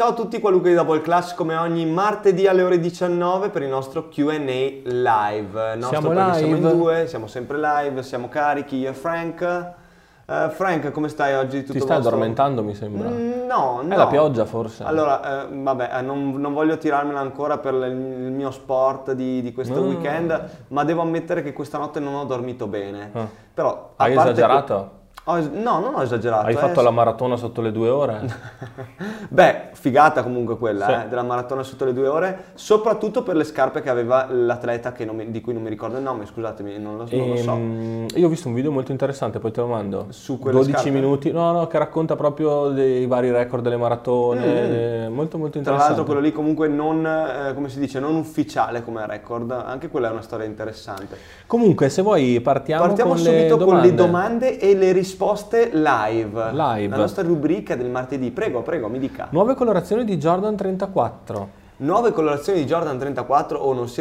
Ciao a tutti, qua Luca di Double Class, come ogni martedì alle ore 19 per il nostro Q&A live. Siamo live. Siamo in due, siamo sempre live, siamo carichi, io e Frank. Frank, come stai oggi? Tutto Ti stai vostro? addormentando, mi sembra? No. È la pioggia forse? Allora, vabbè, non voglio tirarmela ancora per il mio sport di questo weekend, ma devo ammettere che questa notte non ho dormito bene. Però, Hai esagerato? No, non ho esagerato. Hai fatto la maratona sotto le 2 ore? Beh, figata comunque quella, Sì. della maratona sotto le 2 ore, soprattutto per le scarpe che aveva l'atleta di cui non mi ricordo il nome, scusatemi, non lo so. Io ho visto un video molto interessante, poi te lo mando. Su quelle 12 scarpe? minuti, no, che racconta proprio dei vari record delle maratone, molto Tra interessante. l'altro quello lì comunque non, come si dice, non ufficiale come record, anche quella è una storia interessante. Comunque, se vuoi partiamo con subito le con le domande. domande e le risposte live. Live. La nostra rubrica del martedì. Prego, mi dica. Nuove colorazioni di Jordan 34. Nuove colorazioni di Jordan 34 o non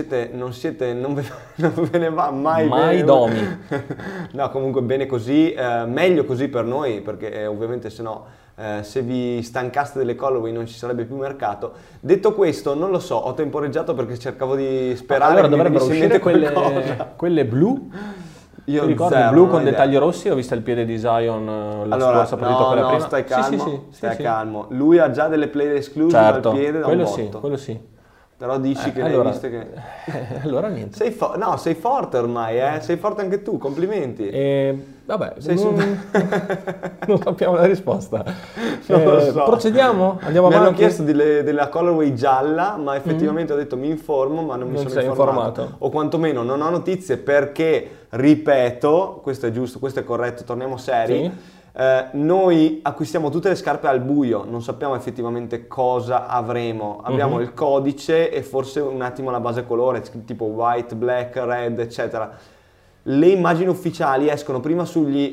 ve ne va mai bene. domi. No, comunque bene così, meglio così per noi, perché ovviamente se no, se vi stancaste delle colorway non ci sarebbe più mercato. Detto questo, non lo so, ho temporeggiato perché cercavo di sperare Allora che mi dovrebbero venisse in uscire mente qualcosa. quelle blu. Io Ti ricordi zero, il blu non ho con idea. dettagli rossi? Ho visto il piede di Zion la scorsa partita, quella prima. Stai calmo, Sì. stai calmo. Lui ha già delle play exclusive Certo, al piede da quello un sì, botto. quello sì. Però dici che allora, ne hai viste che... allora niente. Sei forte ormai, sei forte anche tu, complimenti. Vabbè, Sei non sappiamo la risposta. Non lo so. Procediamo? Andiamo Mi avanti? hanno chiesto della colorway gialla, ma effettivamente ho detto mi informo, ma non mi Non sono sei informato. O quantomeno non ho notizie perché, ripeto, questo è giusto, questo è corretto, torniamo seri. Sì. Noi acquistiamo tutte le scarpe al buio, non sappiamo effettivamente cosa avremo. Abbiamo il codice e forse un attimo la base colore, tipo white, black, red, eccetera. Le immagini ufficiali escono prima sui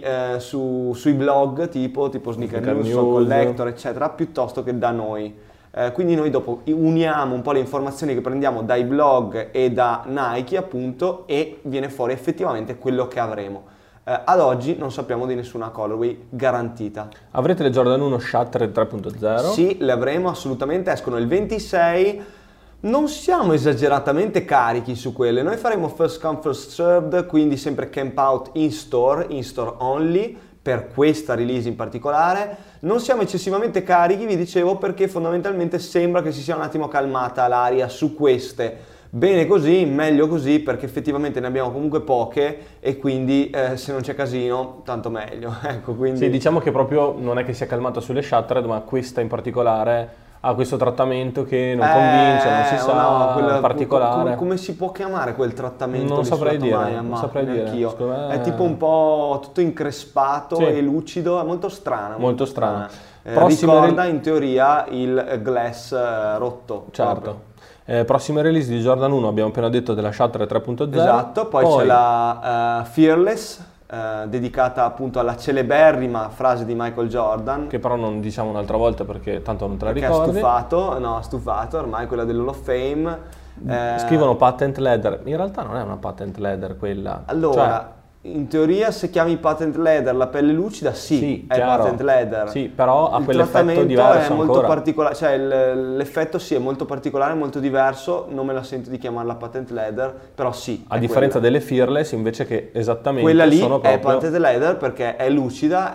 blog tipo Sneaker News, Collector, eccetera, piuttosto che da noi. Quindi noi dopo uniamo un po' le informazioni che prendiamo dai blog e da Nike, appunto, e viene fuori effettivamente quello che avremo. Ad oggi non sappiamo di nessuna colorway garantita. Avrete le Jordan 1 Shattered 3.0? Sì, le avremo assolutamente, escono il 26. Non siamo esageratamente carichi su quelle, noi faremo first come first served, quindi sempre camp out in store only, per questa release in particolare. Non siamo eccessivamente carichi, vi dicevo, perché fondamentalmente sembra che si sia un attimo calmata l'aria su queste. Bene così, meglio così, perché effettivamente ne abbiamo comunque poche e quindi se non c'è casino, tanto meglio. Ecco, quindi... Sì, diciamo che proprio non è che sia calmata sulle Shattered, ma questa in particolare ha questo trattamento che non convince, non si sa, particolare. Come si può chiamare quel trattamento? Non saprei dire, non saprei dire. Me... È tipo un po' tutto increspato e lucido, è molto strana. Molto strana. Ricorda in teoria il glass rotto. Certo. Prossima release di Jordan 1 abbiamo appena detto della Shattered 3.0. Esatto, poi c'è la Fearless, dedicata appunto alla celeberrima frase di Michael Jordan, che però non diciamo un'altra volta perché tanto non te la che ricordi. ha stufato ormai, quella dell'Hall of Fame. Scrivono patent leather, in realtà non è una patent leather quella. Allora, in teoria se chiami patent leather la pelle lucida, sì è chiaro. patent leather. Sì, però ha il quell'effetto diverso è molto ancora. particolare, cioè l'effetto sì è molto particolare, molto diverso, non me la sento di chiamarla patent leather, però sì. A differenza delle Fearless invece che esattamente quella lì sono proprio... è patent leather perché è lucida,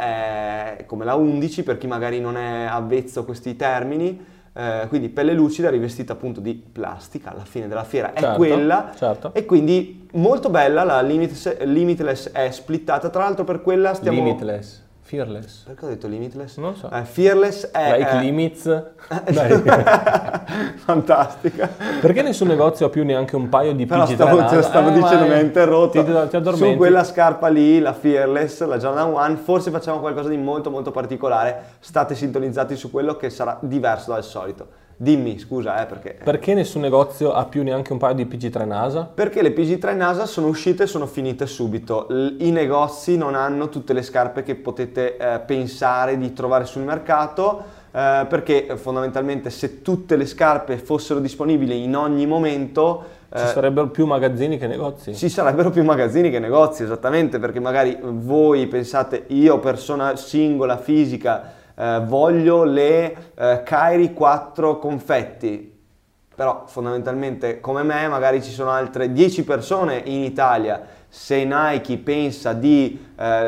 è come la 11 per chi magari non è avvezzo a questi termini. Quindi pelle lucida rivestita appunto di plastica, alla fine della fiera è quella, e quindi molto bella. La Limitless è splittata, tra l'altro per quella stiamo... Fearless. Perché ho detto Limitless? Non lo so. Fearless è... Like Limits. Dai. Fantastica. Perché nessun negozio ha più neanche un paio di Però PG3 stavo dicendo, mi hai interrotto. Ti addormenti. Su quella scarpa lì, la Fearless, la Jordan 1, forse facciamo qualcosa di molto molto particolare. State sintonizzati su quello che sarà diverso dal solito. Dimmi, scusa, perché... Perché nessun negozio ha più neanche un paio di PG3 NASA? Perché le PG3 NASA sono uscite e sono finite subito. I negozi non hanno tutte le scarpe che potete pensare di trovare sul mercato, perché fondamentalmente se tutte le scarpe fossero disponibili in ogni momento... Ci sarebbero più magazzini che negozi. Ci sarebbero più magazzini che negozi, esattamente, perché magari voi pensate, io persona singola, fisica, voglio le Kairi 4 confetti. Però fondamentalmente come me magari ci sono altre 10 persone in Italia. Se Nike pensa di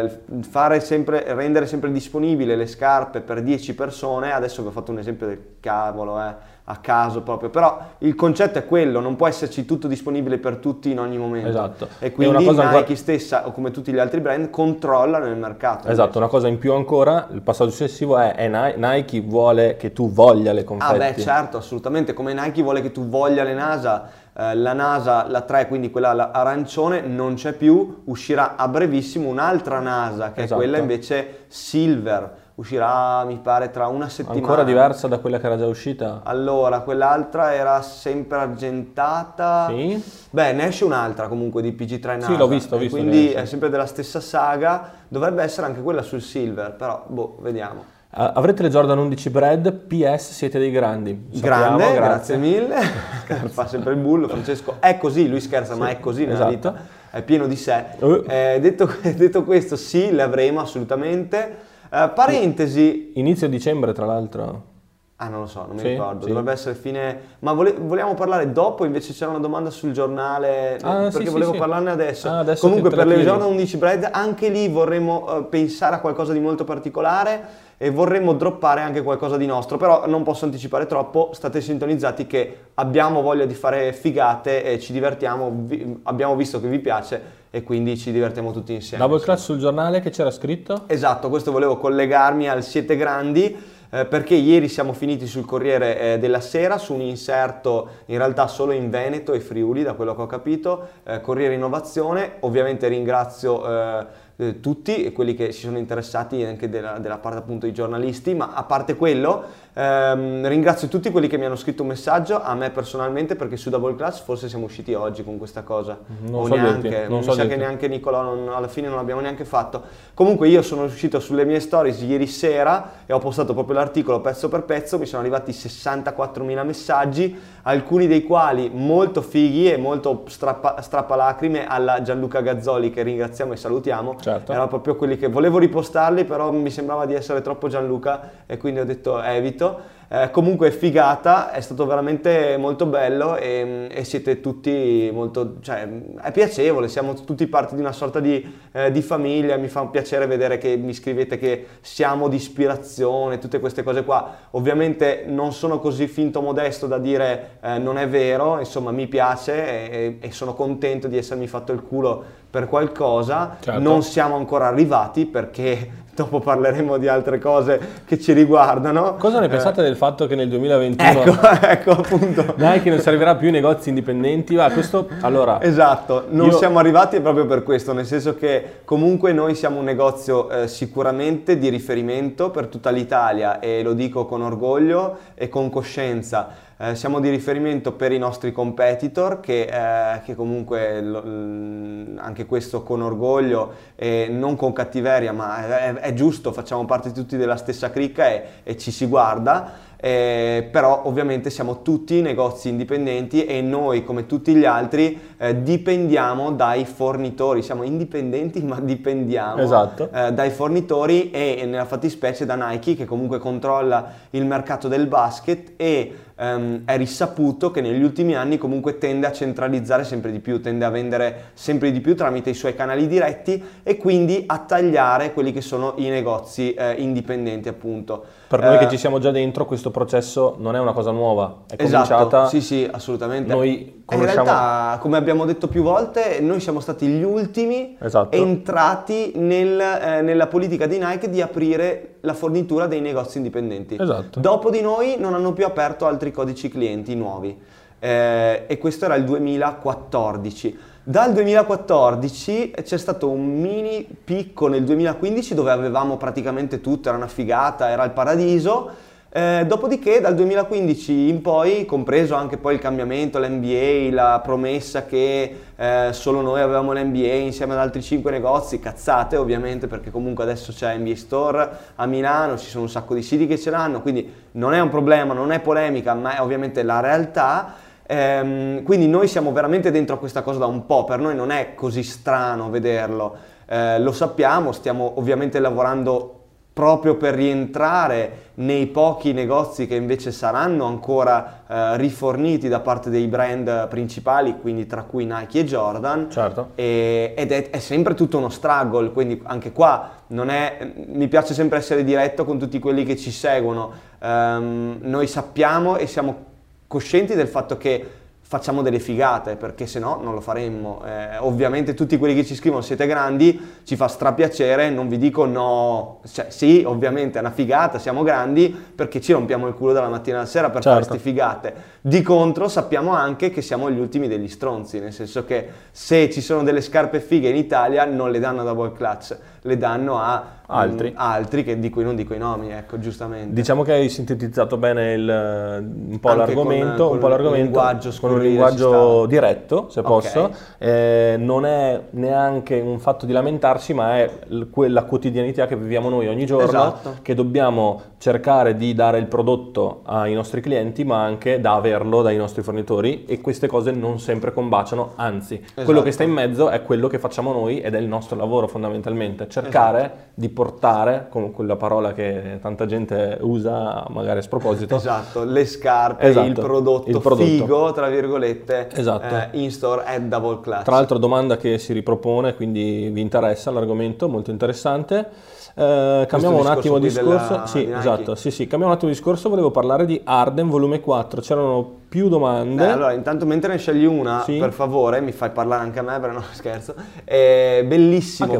rendere sempre disponibile le scarpe per 10 persone, adesso vi ho fatto un esempio del cavolo, a caso proprio, però il concetto è quello, non può esserci tutto disponibile per tutti in ogni momento. Esatto. E quindi Nike stessa, o come tutti gli altri brand, controllano il mercato. Esatto, invece. una cosa in più ancora, il passaggio successivo è Nike vuole che tu voglia le confetti. Ah beh, certo, assolutamente, come Nike vuole che tu voglia le NASA. La NASA, la 3, quindi quella arancione, non c'è più, uscirà a brevissimo un'altra NASA, che è quella invece silver, uscirà mi pare tra una settimana. Ancora diversa da quella che era già uscita? Allora, quell'altra era sempre argentata. Sì. Beh, ne esce un'altra comunque di PG3 NASA. Sì, l'ho visto. Quindi è sempre della stessa saga, dovrebbe essere anche quella sul silver, però boh, vediamo. Avrete le Jordan 11 Bread, PS siete dei grandi. Grande, grazie mille. Fa sempre il bullo, Francesco è così, lui scherza, ma è così nella vita, è pieno di sé. Detto questo, sì, le avremo assolutamente. Parentesi. Inizio dicembre, tra l'altro. Ah, non lo so, non mi ricordo, dovrebbe essere fine... Ma vogliamo parlare dopo? Invece c'era una domanda sul giornale, perché volevo parlarne adesso. Adesso comunque per le Jordan 11 Bread, anche lì vorremmo pensare a qualcosa di molto particolare e vorremmo droppare anche qualcosa di nostro, però non posso anticipare troppo, state sintonizzati che abbiamo voglia di fare figate e ci divertiamo, abbiamo visto che vi piace e quindi ci divertiamo tutti insieme. Double Clutch sul giornale che c'era scritto? Esatto, questo volevo collegarmi al Siete Grandi, perché ieri siamo finiti sul Corriere della Sera su un inserto in realtà solo in Veneto e Friuli, da quello che ho capito, Corriere Innovazione. Ovviamente ringrazio tutti e quelli che si sono interessati anche della parte appunto dei giornalisti, ma a parte quello ringrazio tutti quelli che mi hanno scritto un messaggio a me personalmente, perché su Double Clutch forse siamo usciti oggi con questa cosa, non so che neanche Nicolò alla fine non l'abbiamo neanche fatto. Comunque io sono uscito sulle mie stories ieri sera e ho postato proprio l'articolo pezzo per pezzo, mi sono arrivati 64.000 messaggi, alcuni dei quali molto fighi e molto strappalacrime alla Gianluca Gazzoli, che ringraziamo e salutiamo. Certo. Erano proprio quelli che volevo ripostarli, però mi sembrava di essere troppo Gianluca e quindi ho detto evito. Comunque figata, è stato veramente molto bello e siete tutti molto, cioè è piacevole, siamo tutti parte di una sorta di famiglia, mi fa piacere vedere che mi scrivete che siamo di ispirazione, tutte queste cose qua. Ovviamente non sono così finto modesto da dire non è vero, insomma mi piace e sono contento di essermi fatto il culo per qualcosa. Certo. Non siamo ancora arrivati perché dopo parleremo di altre cose che ci riguardano. Cosa ne pensate del fatto che nel 2021 ecco appunto Nike non servirà più ai negozi indipendenti? Questo allora esatto, non siamo arrivati proprio per questo, nel senso che comunque noi siamo un negozio sicuramente di riferimento per tutta l'Italia e lo dico con orgoglio e con coscienza. Siamo di riferimento per i nostri competitor che comunque anche questo con orgoglio e non con cattiveria, ma è giusto, facciamo parte tutti della stessa cricca e ci si guarda. Però ovviamente siamo tutti negozi indipendenti e noi come tutti gli altri dipendiamo dai fornitori, siamo indipendenti ma dipendiamo dai fornitori e nella fattispecie da Nike, che comunque controlla il mercato del basket e è risaputo che negli ultimi anni comunque tende a centralizzare sempre di più, tende a vendere sempre di più tramite i suoi canali diretti e quindi a tagliare quelli che sono i negozi indipendenti appunto. Per noi che ci siamo già dentro, questo processo non è una cosa nuova, è cominciata. Esatto, sì, assolutamente. Noi conosciamo... In realtà, come abbiamo detto più volte, noi siamo stati gli ultimi entrati nella politica di Nike di aprire la fornitura dei negozi indipendenti. Esatto. Dopo di noi non hanno più aperto altri codici clienti nuovi e questo era il 2014. Dal 2014 c'è stato un mini picco nel 2015 dove avevamo praticamente tutto, era una figata, era il paradiso. Dopodiché dal 2015 in poi, compreso anche poi il cambiamento, l'NBA, la promessa che solo noi avevamo l'NBA insieme ad altri 5 negozi, cazzate ovviamente, perché comunque adesso c'è NBA Store a Milano, ci sono un sacco di siti che ce l'hanno, quindi non è un problema, non è polemica, ma è ovviamente la realtà. Quindi noi siamo veramente dentro a questa cosa da un po', per noi non è così strano vederlo, lo sappiamo, stiamo ovviamente lavorando proprio per rientrare nei pochi negozi che invece saranno ancora riforniti da parte dei brand principali, quindi tra cui Nike e Jordan. Certo. Ed è sempre tutto uno struggle, quindi anche qua mi piace sempre essere diretto con tutti quelli che ci seguono. Noi sappiamo e siamo coscienti del fatto che facciamo delle figate, perché se no non lo faremmo. Ovviamente tutti quelli che ci scrivono siete grandi, ci fa strapiacere, non vi dico no, cioè sì, ovviamente è una figata, siamo grandi perché ci rompiamo il culo dalla mattina alla sera per fare queste figate. Di contro sappiamo anche che siamo gli ultimi degli stronzi, nel senso che se ci sono delle scarpe fighe in Italia non le danno a Double Clutch, le danno a altri di cui non dico i nomi, ecco, giustamente. Diciamo che hai sintetizzato bene un po' Anche l'argomento, con un linguaggio diretto, se posso. Non è neanche un fatto di lamentarsi, ma è quella quotidianità che viviamo noi ogni giorno, esatto, che dobbiamo cercare di dare il prodotto ai nostri clienti, ma anche da averlo dai nostri fornitori, e queste cose non sempre combaciano, anzi, quello che sta in mezzo è quello che facciamo noi ed è il nostro lavoro fondamentalmente, cercare di portare, come quella parola che tanta gente usa magari a sproposito, le scarpe, il prodotto figo, tra virgolette, in store at Double Clutch. Tra l'altro domanda che si ripropone, quindi vi interessa l'argomento, molto interessante. Cambiamo un attimo discorso. Cambiamo un attimo discorso, volevo parlare di Arden volume 4, c'erano più domande. Allora, intanto mentre ne scegli una, per favore, mi fai parlare anche a me, però no, scherzo. Bellissimo,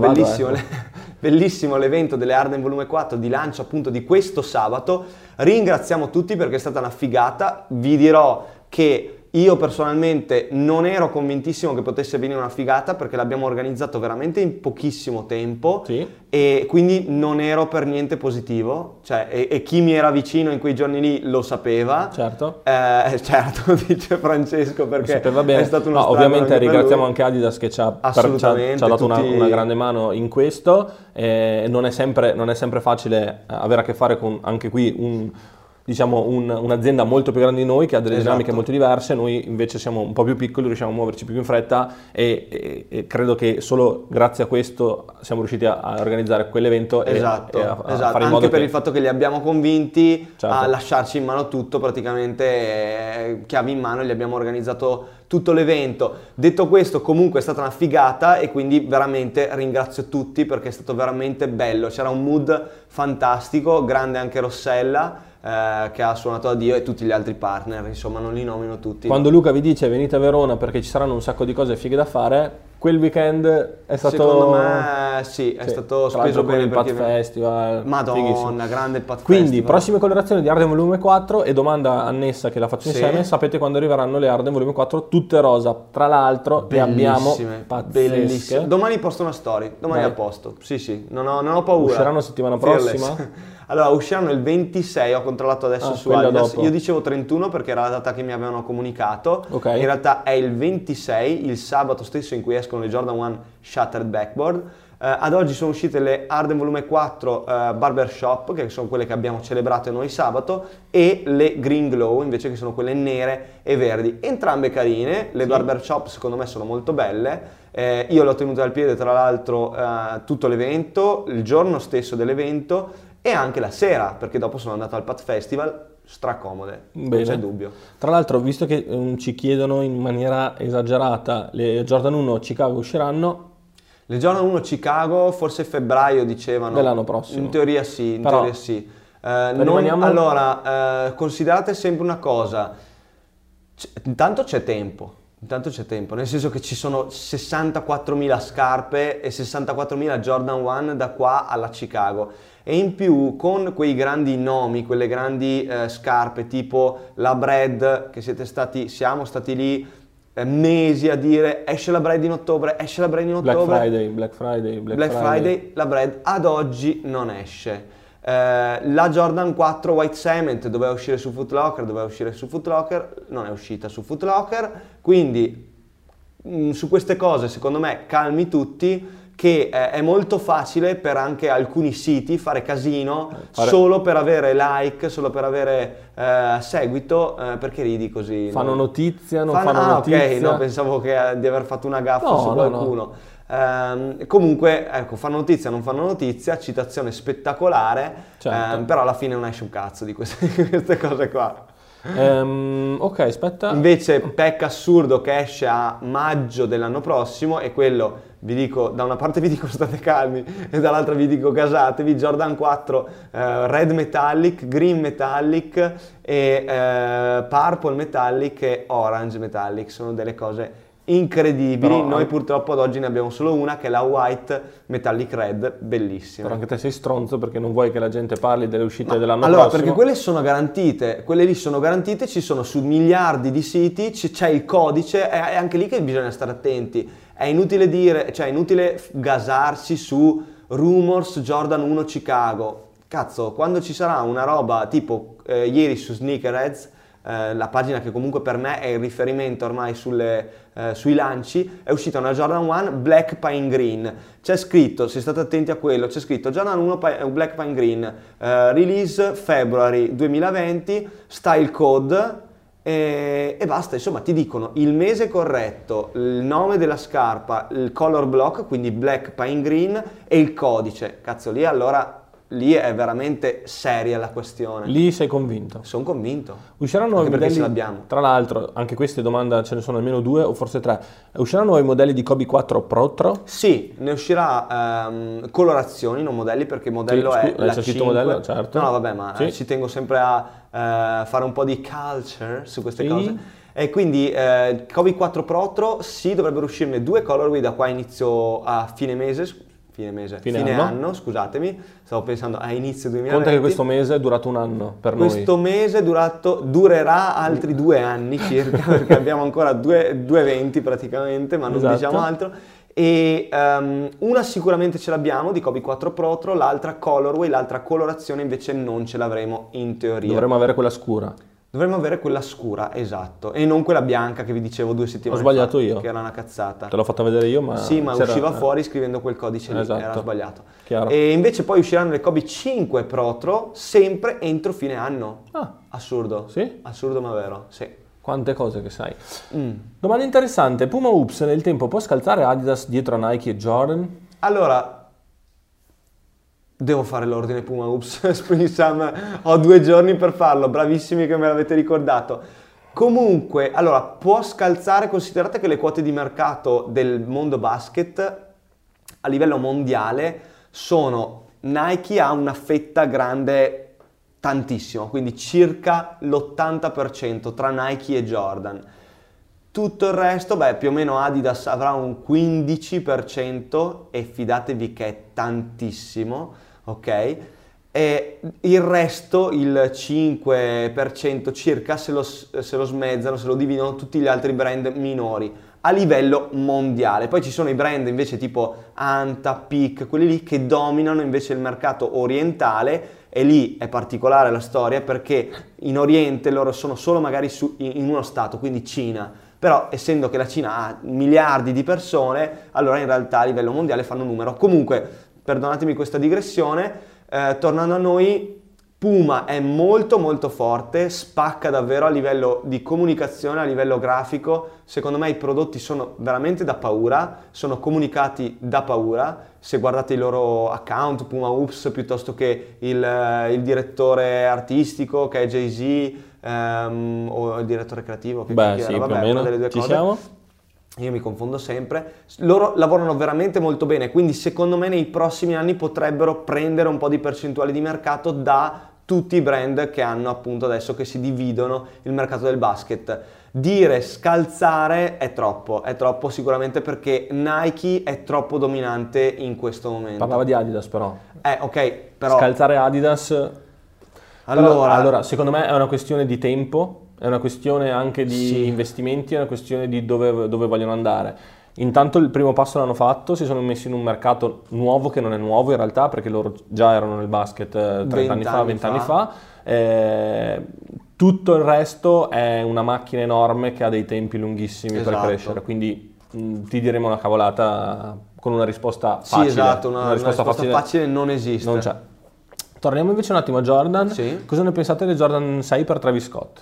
bellissimo l'evento delle Arden volume 4 di lancio appunto di questo sabato. Ringraziamo tutti perché è stata una figata. Vi dirò che io personalmente non ero convintissimo che potesse venire una figata perché l'abbiamo organizzato veramente in pochissimo tempo, e quindi non ero per niente positivo, cioè, e chi mi era vicino in quei giorni lì lo sapeva. Certo, dice Francesco, perché è stato uno ovviamente ringraziamo anche Adidas che ci ha dato una grande mano in questo. Non è sempre facile avere a che fare con, anche qui, un'azienda molto più grande di noi che ha delle dinamiche molto diverse. Noi invece siamo un po' più piccoli, riusciamo a muoverci più in fretta e credo che solo grazie a questo siamo riusciti a organizzare quell'evento e a fare in modo anche per il fatto che li abbiamo convinti a lasciarci in mano tutto, praticamente chiavi in mano, e gli abbiamo organizzato tutto l'evento. Detto questo, comunque è stata una figata e quindi veramente ringrazio tutti perché è stato veramente bello, c'era un mood fantastico, grande anche Rossella che ha suonato addio, e tutti gli altri partner, insomma non li nomino tutti. Quando Luca vi dice venite a Verona perché ci saranno un sacco di cose fighe da fare, quel weekend è stato... Secondo me è stato speso bene, il Pat Festival. Madonna, grande il Pat Quindi, Festival. prossime colorazioni di Arden volume 4, e domanda annessa che la faccio insieme, sapete quando arriveranno le Arden volume 4 tutte rosa? Tra l'altro le abbiamo pazzesche. Domani posto una story, domani a posto. Sì, non ho paura. Usciranno settimana prossima? Allora, usciranno il 26, ho controllato adesso su Adidas, io dicevo 31 perché era la data che mi avevano comunicato, in realtà è il 26, il sabato stesso in cui escono le Jordan 1 Shattered Backboard. Ad oggi sono uscite le Arden volume 4 Barbershop, che sono quelle che abbiamo celebrato noi sabato, e le Green Glow invece, che sono quelle nere e verdi, entrambe carine. Le Barbershop secondo me sono molto belle, io le ho tenute al piede tra l'altro tutto l'evento, il giorno stesso dell'evento e anche la sera, perché dopo sono andato al Pat Festival, stracomode, non c'è dubbio. Tra l'altro, visto che ci chiedono in maniera esagerata, le Jordan 1 Chicago usciranno? Le Jordan 1 Chicago forse febbraio dicevano. Dell'anno prossimo. In teoria sì, Allora, considerate sempre una cosa, intanto c'è tempo, nel senso che ci sono 64.000 scarpe e 64.000 Jordan 1 da qua alla Chicago. E in più con quei grandi nomi, quelle grandi scarpe tipo la Bread, che siamo stati lì mesi a dire esce la Bread in ottobre, Black Friday, la Bread ad oggi non esce. La Jordan 4 White Cement doveva uscire su Foot Locker, non è uscita su Foot Locker, quindi su queste cose secondo me calmi tutti, che è molto facile per anche alcuni siti fare casino solo per avere like, solo per avere seguito, perché ridi così? Fanno notizia, non fanno notizia. Ok, no, pensavo di aver fatto una gaffa su qualcuno. Comunque, ecco, fanno notizia, non fanno notizia, citazione spettacolare, certo. però alla fine non esce un cazzo di queste cose qua. Ok, aspetta. Invece pack assurdo che esce a maggio dell'anno prossimo è quello, vi dico, da una parte vi dico state calmi e dall'altra vi dico gasatevi, Jordan 4 Red Metallic, Green Metallic e Purple Metallic e Orange Metallic, sono delle cose incredibili. Però, noi purtroppo ad oggi ne abbiamo solo una che è la White Metallic Red, bellissima. Però anche te sei stronzo perché non vuoi che la gente parli delle uscite dell'anno prossimo. Perché quelle sono garantite, quelle lì sono garantite, ci sono su miliardi di siti, c'è il codice, è anche lì che bisogna stare attenti. È inutile dire, cioè è inutile gasarsi su rumors Jordan 1 Chicago. Cazzo, quando ci sarà una roba tipo ieri su Sneakerheads, la pagina che comunque per me è il riferimento ormai sui lanci, è uscita una Jordan 1 Black Pine Green, c'è scritto, se state attenti a quello, c'è scritto Jordan 1 Black Pine Green, release February 2020, style code e basta, insomma ti dicono il mese corretto, il nome della scarpa, il color block, quindi Black Pine Green e il codice, cazzo lì è veramente seria la questione. Lì sei convinto? Sono convinto. Usciranno nuovi modelli, ce l'abbiamo. Tra l'altro, anche queste domande ce ne sono almeno 2 o forse 3. Usciranno nuovi modelli di Kobe 4 Pro? Sì, ne uscirà colorazioni, non modelli, perché il modello è la 5. Modello, certo. No, vabbè, ma ci tengo sempre a fare un po' di culture su queste cose. E quindi Kobe 4 Pro sì, dovrebbero uscirne 2 colorway da qua a fine anno, scusatemi, stavo pensando a inizio 2020. Conta che questo mese è durato un anno per noi. Questo mese durerà altri 2 anni circa, perché abbiamo ancora due eventi praticamente, ma non diciamo altro. E una sicuramente ce l'abbiamo di Kobe 4 Pro, l'altra colorway, l'altra colorazione invece non ce l'avremo in teoria. Dovremmo avere quella scura. Dovremmo avere quella scura, esatto, e non quella bianca che vi dicevo 2 settimane fa. Ho sbagliato io. Che era una cazzata. Te l'ho fatta vedere io, ma... Sì, ma usciva fuori scrivendo quel codice lì, esatto. Era sbagliato. Chiaro. E invece poi usciranno le Kobe 5 Pro sempre entro fine anno. Assurdo. Sì? Assurdo ma vero, sì. Quante cose che sai. Domanda interessante, Puma Hoops nel tempo può scalzare Adidas dietro a Nike e Jordan? Allora... Devo fare l'ordine Puma Hoops, Spring Summer, ho 2 giorni per farlo, bravissimi che me l'avete ricordato. Comunque, allora, può scalzare, considerate che le quote di mercato del mondo basket a livello mondiale sono Nike ha una fetta grande tantissimo, quindi circa l'80% tra Nike e Jordan. Tutto il resto, più o meno Adidas avrà un 15% e fidatevi che è tantissimo, ok? E il resto, il 5% circa, se lo smezzano, se lo dividono tutti gli altri brand minori a livello mondiale. Poi ci sono i brand invece tipo Anta, Peak, quelli lì che dominano invece il mercato orientale e lì è particolare la storia perché in Oriente loro sono solo magari in uno stato, quindi Cina. Però essendo che la Cina ha miliardi di persone, allora in realtà a livello mondiale fanno numero. Comunque, perdonatemi questa digressione, tornando a noi, Puma è molto molto forte, spacca davvero a livello di comunicazione, a livello grafico. Secondo me i prodotti sono veramente da paura, sono comunicati da paura. Se guardate i loro account, Puma Hoops, piuttosto che il direttore artistico che è Jay-Z, o il direttore creativo, più o meno, delle 2 cose. Siamo? Io mi confondo sempre. Loro lavorano veramente molto bene, quindi secondo me nei prossimi anni potrebbero prendere un po' di percentuale di mercato da tutti i brand che hanno appunto adesso che si dividono il mercato del basket. Dire scalzare è troppo sicuramente perché Nike è troppo dominante in questo momento. Parlava di Adidas però. Ok, però... Scalzare Adidas... Allora, secondo me è una questione di tempo, è una questione anche di investimenti, è una questione di dove vogliono andare. Intanto il primo passo l'hanno fatto, si sono messi in un mercato nuovo che non è nuovo in realtà perché loro già erano nel basket 30 anni fa, 20 anni fa. Tutto il resto è una macchina enorme che ha dei tempi lunghissimi per crescere, quindi ti diremo una cavolata con una risposta facile. Sì, esatto, una risposta facile non esiste. Non c'è. Torniamo invece un attimo a Jordan. Cosa ne pensate del Jordan 6 per Travis Scott?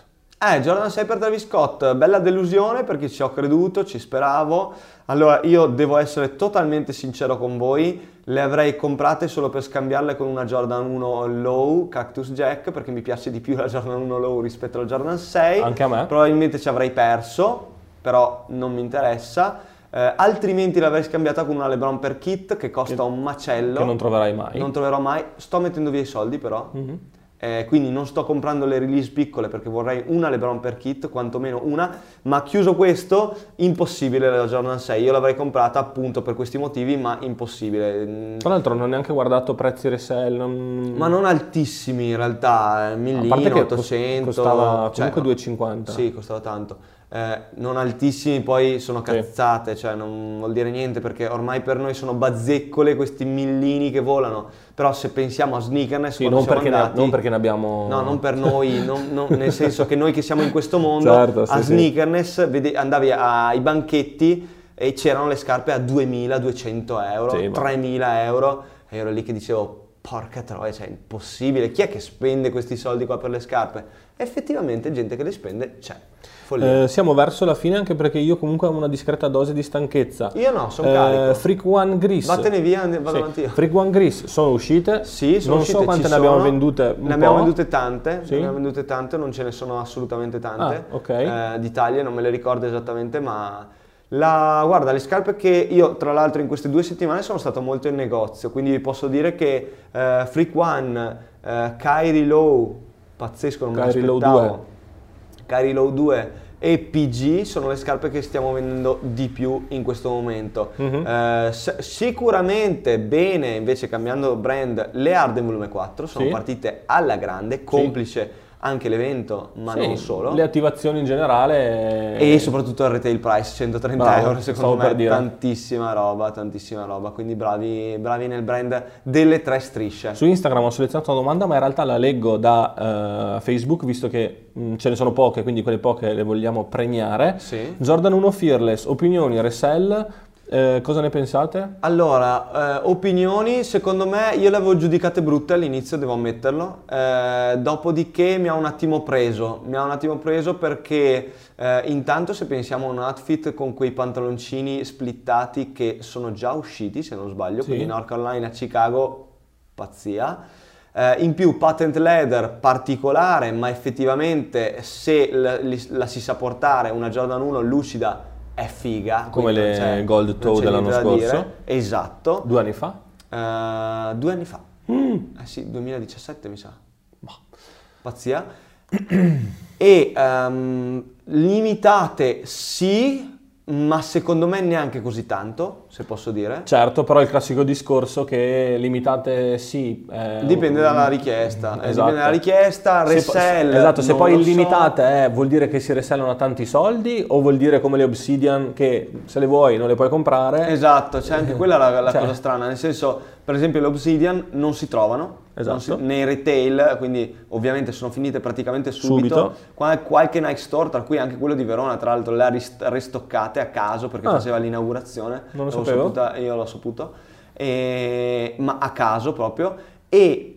Jordan 6 per Travis Scott, bella delusione perché ci ho creduto, ci speravo. Allora, io devo essere totalmente sincero con voi, le avrei comprate solo per scambiarle con una Jordan 1 Low Cactus Jack, perché mi piace di più la Jordan 1 Low rispetto alla Jordan 6. Anche a me. Probabilmente ci avrei perso, però non mi interessa. Altrimenti l'avrei scambiata con una LeBron per kit che costa un macello. Che non troverai mai. Non troverò mai. Sto mettendo via i soldi però. Quindi non sto comprando le release piccole perché vorrei una LeBron per kit, quantomeno una, ma chiuso questo, impossibile la Jordan 6, io l'avrei comprata appunto per questi motivi, ma impossibile. Tra l'altro non ho neanche guardato prezzi resell. Ma non altissimi in realtà, 1000, 800. Costava comunque 2,50. Sì, costava tanto. Non altissimi, poi sono cazzate, cioè non vuol dire niente perché ormai per noi sono bazzeccole questi millini che volano, però se pensiamo a sneakerness, sì, non perché ne abbiamo... No, non per noi, nel senso che noi che siamo in questo mondo, certo, a sneakerness andavi ai banchetti e c'erano le scarpe a 2.200 euro, 3.000 euro e ero lì che dicevo porca troia, cioè è impossibile, chi è che spende questi soldi qua per le scarpe? Effettivamente gente che le spende c'è. Siamo verso la fine anche perché io comunque ho una discreta dose di stanchezza. Io no, sono carico. Freak One Grease. Vattene via, vado avanti io. Freak One Grease sono uscite. Sì, sono uscite. Non so quante ne abbiamo vendute. Ne abbiamo vendute tante, sì. Ne abbiamo vendute tante, non ce ne sono assolutamente tante. Di taglie, non me le ricordo esattamente, ma... Guarda, le scarpe che io tra l'altro in queste 2 settimane sono stato molto in negozio, quindi vi posso dire che Freak One, Kyrie Low, pazzesco, non me l'aspettavo. Kyrie Low 2 e PG sono le scarpe che stiamo vendendo di più in questo momento. Sicuramente bene, invece cambiando brand, le Harden Volume 4 sono partite alla grande, complice anche l'evento, ma non solo. Le attivazioni in generale. E soprattutto il retail price, 130 euro, secondo me, tantissima roba, quindi bravi nel brand delle 3 strisce. Su Instagram ho selezionato una domanda, ma in realtà la leggo da Facebook, visto che ce ne sono poche, quindi quelle poche le vogliamo premiare. Sì. Jordan 1 Fearless, opinioni, resell. Cosa ne pensate? Allora, opinioni, secondo me io le avevo giudicate brutte all'inizio, devo ammetterlo, dopodiché mi ha un attimo preso perché intanto se pensiamo a un outfit con quei pantaloncini splittati che sono già usciti se non sbaglio, quindi North Carolina, Chicago, pazzia. In più patent leather particolare, ma effettivamente se la si sa portare una Jordan 1 lucida è figa. Come le Gold Toe dell'anno scorso. Esatto. 2 anni fa? 2 anni fa. Sì, 2017 mi sa. Pazzia. E limitate sì, ma secondo me neanche così tanto, se posso dire. Certo, però il classico discorso che limitate sì. Dipende dalla richiesta. Esatto. Dipende dalla richiesta, resell. Esatto, se poi limitate vuol dire che si resellano a tanti soldi o vuol dire come le Obsidian che se le vuoi non le puoi comprare. Esatto, c'è anche quella la cosa strana, nel senso, per esempio le Obsidian non si trovano. Esatto. Nei retail, quindi ovviamente sono finite praticamente subito. Qualche Nike Store, tra cui anche quello di Verona, tra l'altro le ha ristoccate a caso perché faceva l'inaugurazione. Non lo sapevo. Io l'ho saputo, ma a caso proprio. E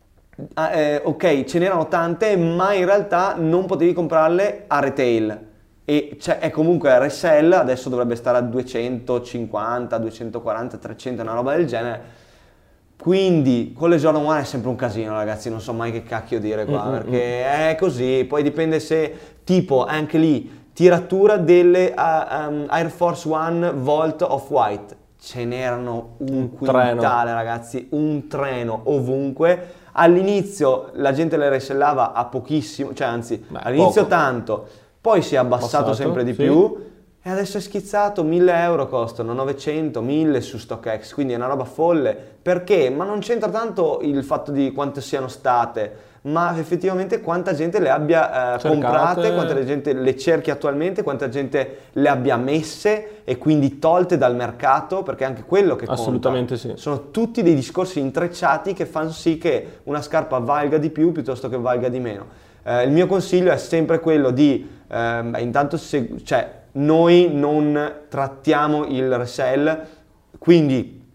ok, ce n'erano tante, ma in realtà non potevi comprarle a retail. E è comunque a resell, adesso dovrebbe stare a 250, 240, 300, una roba del genere. Quindi con le Jordan 1 è sempre un casino, ragazzi, non so mai che cacchio dire qua, perché è così. Poi dipende se, tipo, anche lì, tiratura delle Air Force One Volt Off-White. Ce n'erano un quintale, ragazzi, un treno ovunque. All'inizio la gente le resellava a pochissimo, cioè anzi, all'inizio tanto, poi si è abbassato sempre di più. E adesso è schizzato, 1.000 euro costano, 900, 1.000 su StockX, quindi è una roba folle. Perché? Ma non c'entra tanto il fatto di quante siano state, ma effettivamente quanta gente le abbia comprate, quanta gente le cerchi attualmente, quanta gente le abbia messe e quindi tolte dal mercato, perché anche quello che conta. Assolutamente sì. Sono tutti dei discorsi intrecciati che fanno sì che una scarpa valga di più piuttosto che valga di meno. Il mio consiglio è sempre quello di, intanto noi non trattiamo il resell, quindi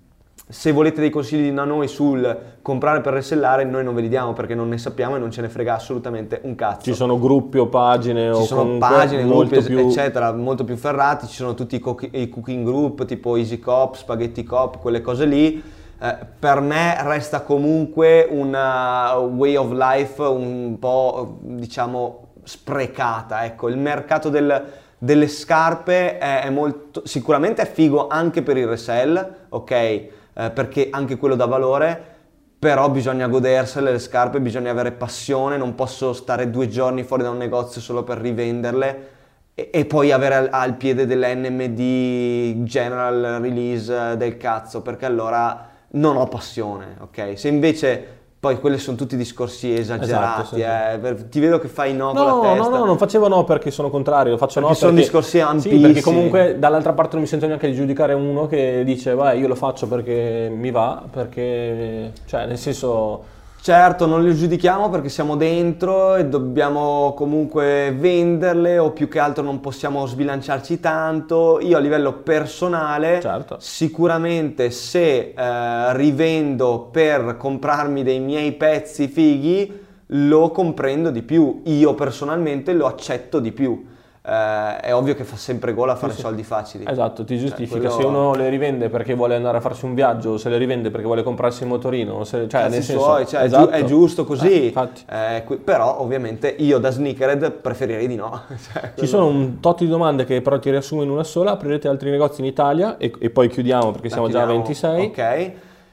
se volete dei consigli da noi sul comprare per resellare, noi non ve li diamo perché non ne sappiamo e non ce ne frega assolutamente un cazzo. Ci sono gruppi o pagine ci sono pagine, gruppi, eccetera, molto più ferrati. Ci sono tutti i cooking group tipo Easy Coop, Spaghetti Coop, quelle cose lì. Per me resta comunque una way of life un po', diciamo, sprecata. Ecco, il mercato delle scarpe è molto, sicuramente è figo anche per il resell, ok? Perché anche quello dà valore, però bisogna godersele le scarpe, bisogna avere passione, non posso stare 2 giorni fuori da un negozio solo per rivenderle e poi avere al piede dell'NMD general release del cazzo, perché allora non ho passione, ok? Se invece poi quelli sono tutti discorsi esagerati, esatto, sì. Ti vedo che fai no con la testa. No, non facevo no perché sono contrario, faccio perché no sono perché discorsi ampissimi. Sì, perché comunque dall'altra parte non mi sento neanche di giudicare uno che dice vai, io lo faccio perché mi va, perché, cioè, nel senso... Certo, non li giudichiamo perché siamo dentro e dobbiamo comunque venderle o più che altro non possiamo sbilanciarci tanto. Io a livello personale, certo, sicuramente se rivendo per comprarmi dei miei pezzi fighi, lo comprendo di più. Io personalmente lo accetto di più. È ovvio che fa sempre gola fare soldi facili. Esatto, ti giustifica. Quello... Se uno le rivende perché vuole andare a farsi un viaggio, se le rivende perché vuole comprarsi il motorino, cioè nel senso, suoi, cioè, esatto, è giusto così. Però ovviamente io da sneakerhead preferirei di no. Ci sono un tot di domande che però ti riassumo in una sola. Aprirete altri negozi in Italia e poi chiudiamo perché siamo già a 26. Ok.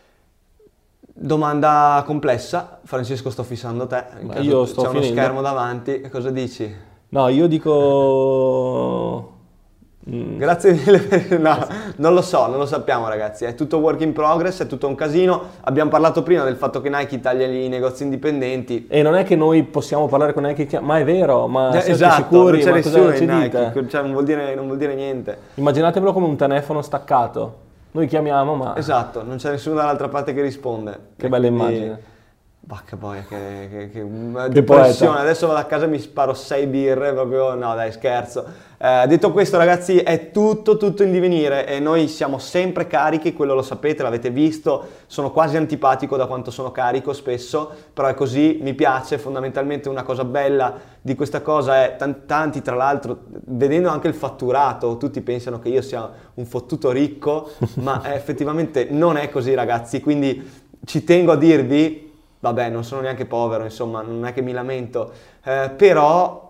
Domanda complessa. Francesco, sto fissando te. Io sto c'è finendo. Uno schermo davanti. Cosa dici? No, io dico... Grazie mille. No, non lo so, non lo sappiamo ragazzi, è tutto work in progress, è tutto un casino. Abbiamo parlato prima del fatto che Nike taglia i negozi indipendenti. E non è che noi possiamo parlare con Nike, ma è vero, ma siete esatto, sicuri? Non c'è nessuno in Nike, cioè non vuol dire niente. Immaginatevelo come un telefono staccato. Noi chiamiamo, ma... Esatto, non c'è nessuno dall'altra parte che risponde. Che bella immagine. Bacca boia, che depressione. Adesso vado a casa e mi sparo 6 birre, proprio, no dai, scherzo. Detto questo ragazzi, è tutto in divenire e noi siamo sempre carichi, quello lo sapete, l'avete visto, sono quasi antipatico da quanto sono carico spesso, però è così, mi piace. Fondamentalmente una cosa bella di questa cosa è, tanti tra l'altro, vedendo anche il fatturato, tutti pensano che io sia un fottuto ricco, ma effettivamente non è così ragazzi, quindi ci tengo a dirvi. Vabbè, non sono neanche povero, insomma, non è che mi lamento, però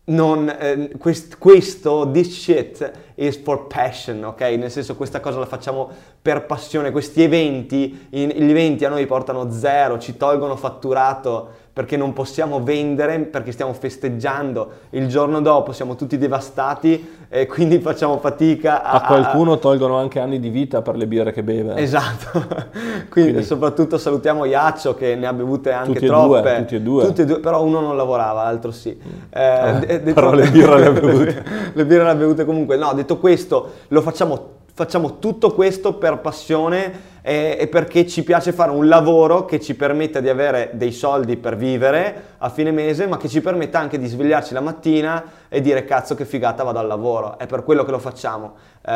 this shit is for passion, ok? Nel senso, questa cosa la facciamo per passione. Questi eventi, gli eventi a noi portano zero, ci tolgono fatturato perché non possiamo vendere, perché stiamo festeggiando, il giorno dopo siamo tutti devastati e quindi facciamo fatica a qualcuno tolgono anche anni di vita per le birre che beve. Esatto, quindi soprattutto salutiamo Iaccio che ne ha bevute anche tutti troppe. Tutti e due, però uno non lavorava, l'altro sì. Però le birre le ha bevute. Le birre le ha bevute comunque. No, detto questo, facciamo tutto questo per passione e perché ci piace fare un lavoro che ci permetta di avere dei soldi per vivere a fine mese, ma che ci permetta anche di svegliarci la mattina e dire cazzo che figata vado al lavoro. È per quello che lo facciamo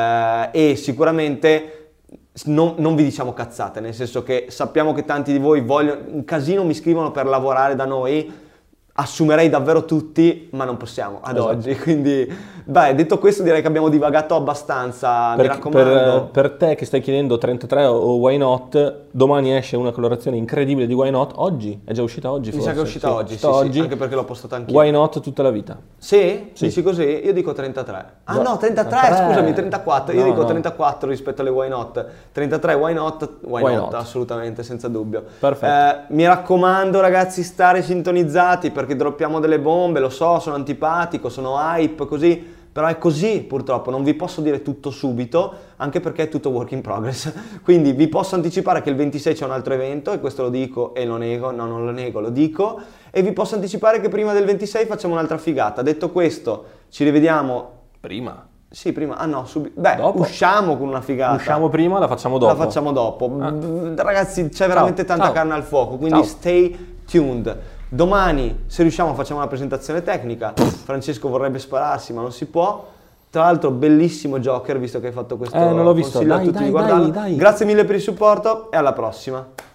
e sicuramente non vi diciamo cazzate, nel senso che sappiamo che tanti di voi un casino mi scrivono per lavorare da noi. Assumerei davvero tutti, ma non possiamo ad oggi, quindi beh, detto questo direi che abbiamo divagato abbastanza, mi raccomando. Per te che stai chiedendo 33 o Why Not, domani esce una colorazione incredibile di Why Not, oggi? È già uscita oggi forse? Mi sa che è uscita oggi, sì, anche perché l'ho postata anch'io. Why Not tutta la vita. Sì? Dici così? Io dico 33. Ah no, 33, scusami, 34, io dico 34 rispetto alle Why Not. 33 Why Not, assolutamente, senza dubbio. Perfetto. Mi raccomando ragazzi, stare sintonizzati perché droppiamo delle bombe, lo so, sono antipatico, sono hype, così, però è così purtroppo, non vi posso dire tutto subito, anche perché è tutto work in progress, quindi vi posso anticipare che il 26 c'è un altro evento, e questo lo dico e lo nego, no non lo nego, lo dico, e vi posso anticipare che prima del 26 facciamo un'altra figata. Detto questo, ci rivediamo... Prima? Sì, prima, ah no, subito, beh, dopo. Usciamo con una figata. Usciamo prima, la facciamo dopo. La facciamo dopo. Ragazzi, c'è veramente tanta carne al fuoco, quindi stay tuned. Domani, se riusciamo, facciamo una presentazione tecnica. Francesco vorrebbe spararsi, ma non si può. Tra l'altro bellissimo Joker, visto che hai fatto questo non l'ho visto. consiglio a Dai, tutti dai, di guardarlo. dai. Grazie mille per il supporto e alla prossima.